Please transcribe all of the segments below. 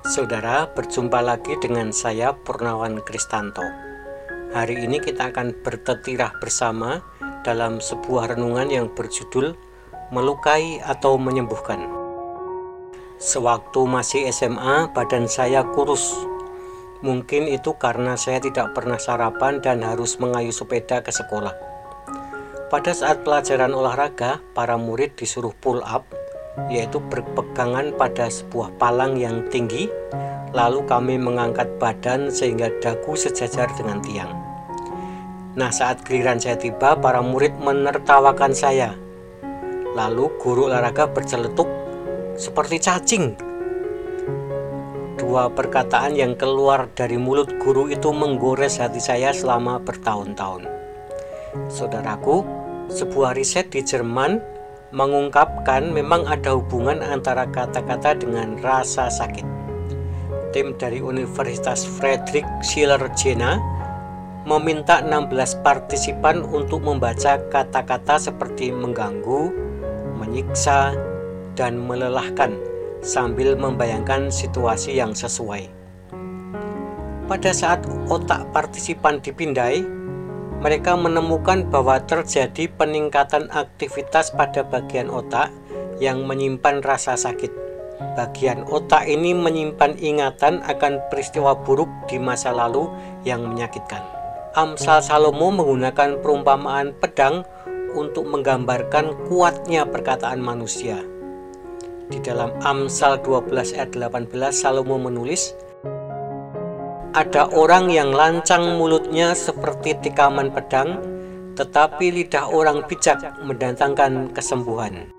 Saudara, berjumpa lagi dengan saya Purnawan Kristanto. Hari ini kita akan bertetirah bersama dalam sebuah renungan yang berjudul Melukai atau Menyembuhkan. Sewaktu masih SMA, badan saya kurus. Mungkin itu karena saya tidak pernah sarapan dan harus mengayuh sepeda ke sekolah. Pada saat pelajaran olahraga, para murid disuruh pull up, yaitu berpegangan pada sebuah palang yang tinggi, lalu kami mengangkat badan sehingga dagu sejajar dengan tiang. Nah, saat giliran saya tiba, para murid menertawakan saya. Lalu guru olahraga berceletuk seperti cacing. Dua perkataan yang keluar dari mulut guru itu menggores hati saya selama bertahun-tahun. Saudaraku, sebuah riset di Jerman mengungkapkan memang ada hubungan antara kata-kata dengan rasa sakit. Tim dari Universitas Friedrich Schiller Jena meminta 16 partisipan untuk membaca kata-kata seperti mengganggu, menyiksa, dan melelahkan sambil membayangkan situasi yang sesuai. Pada saat otak partisipan dipindai, mereka menemukan bahwa terjadi peningkatan aktivitas pada bagian otak yang menyimpan rasa sakit. Bagian otak ini menyimpan ingatan akan peristiwa buruk di masa lalu yang menyakitkan. Amsal Salomo menggunakan perumpamaan pedang untuk menggambarkan kuatnya perkataan manusia. Di dalam Amsal 12 ayat 18, Salomo menulis, "Ada orang yang lancang mulutnya seperti tikaman pedang, tetapi lidah orang bijak mendatangkan kesembuhan."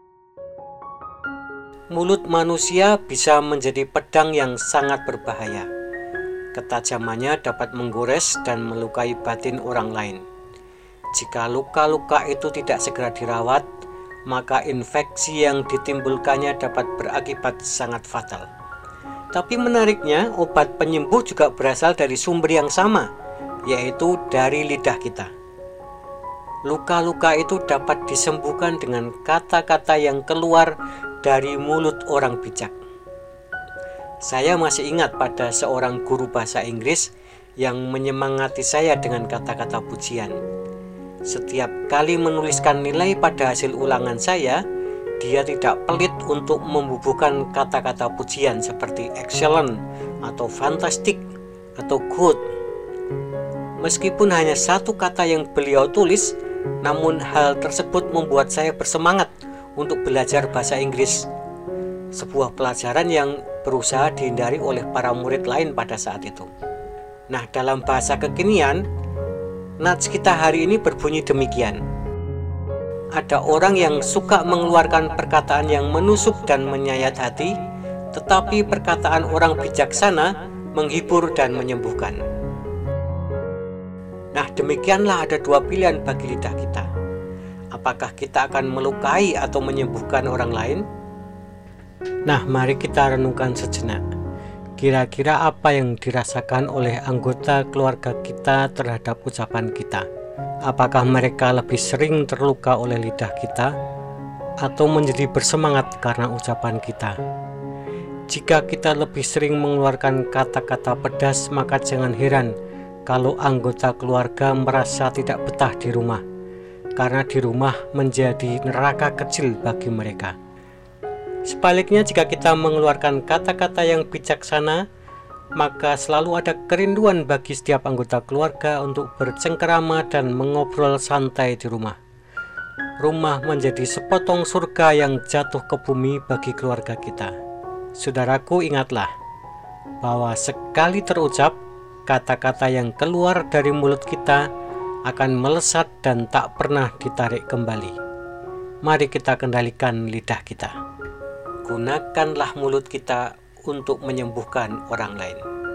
Mulut manusia bisa menjadi pedang yang sangat berbahaya. Ketajamannya dapat menggores dan melukai batin orang lain. Jika luka-luka itu tidak segera dirawat, maka infeksi yang ditimbulkannya dapat berakibat sangat fatal. Tapi menariknya, obat penyembuh juga berasal dari sumber yang sama, yaitu dari lidah kita. Luka-luka itu dapat disembuhkan dengan kata-kata yang keluar dari mulut orang bijak. Saya masih ingat pada seorang guru bahasa Inggris yang menyemangati saya dengan kata-kata pujian. Setiap kali menuliskan nilai pada hasil ulangan saya, dia tidak pelit untuk membubuhkan kata-kata pujian seperti excellent atau fantastic atau good. Meskipun hanya satu kata yang beliau tulis, namun hal tersebut membuat saya bersemangat untuk belajar bahasa Inggris. Sebuah pelajaran yang berusaha dihindari oleh para murid lain pada saat itu. Nah, dalam bahasa kekinian, nats kita hari ini berbunyi demikian. Ada orang yang suka mengeluarkan perkataan yang menusuk dan menyayat hati, tetapi perkataan orang bijaksana menghibur dan menyembuhkan. Nah, demikianlah ada dua pilihan bagi lidah kita. Apakah kita akan melukai atau menyembuhkan orang lain? Nah, mari kita renungkan sejenak. Kira-kira apa yang dirasakan oleh anggota keluarga kita terhadap ucapan kita? Apakah mereka lebih sering terluka oleh lidah kita atau menjadi bersemangat karena ucapan kita? Jika kita lebih sering mengeluarkan kata-kata pedas, maka jangan heran kalau anggota keluarga merasa tidak betah di rumah, karena di rumah menjadi neraka kecil bagi mereka. Sebaliknya, jika kita mengeluarkan kata-kata yang bijaksana, maka selalu ada kerinduan bagi setiap anggota keluarga untuk bercengkerama dan mengobrol santai di rumah. Rumah menjadi sepotong surga yang jatuh ke bumi bagi keluarga kita. Saudaraku, ingatlah bahwa sekali terucap, kata-kata yang keluar dari mulut kita akan melesat dan tak pernah ditarik kembali. Mari kita kendalikan lidah kita. Gunakanlah mulut kita untuk menyembuhkan orang lain.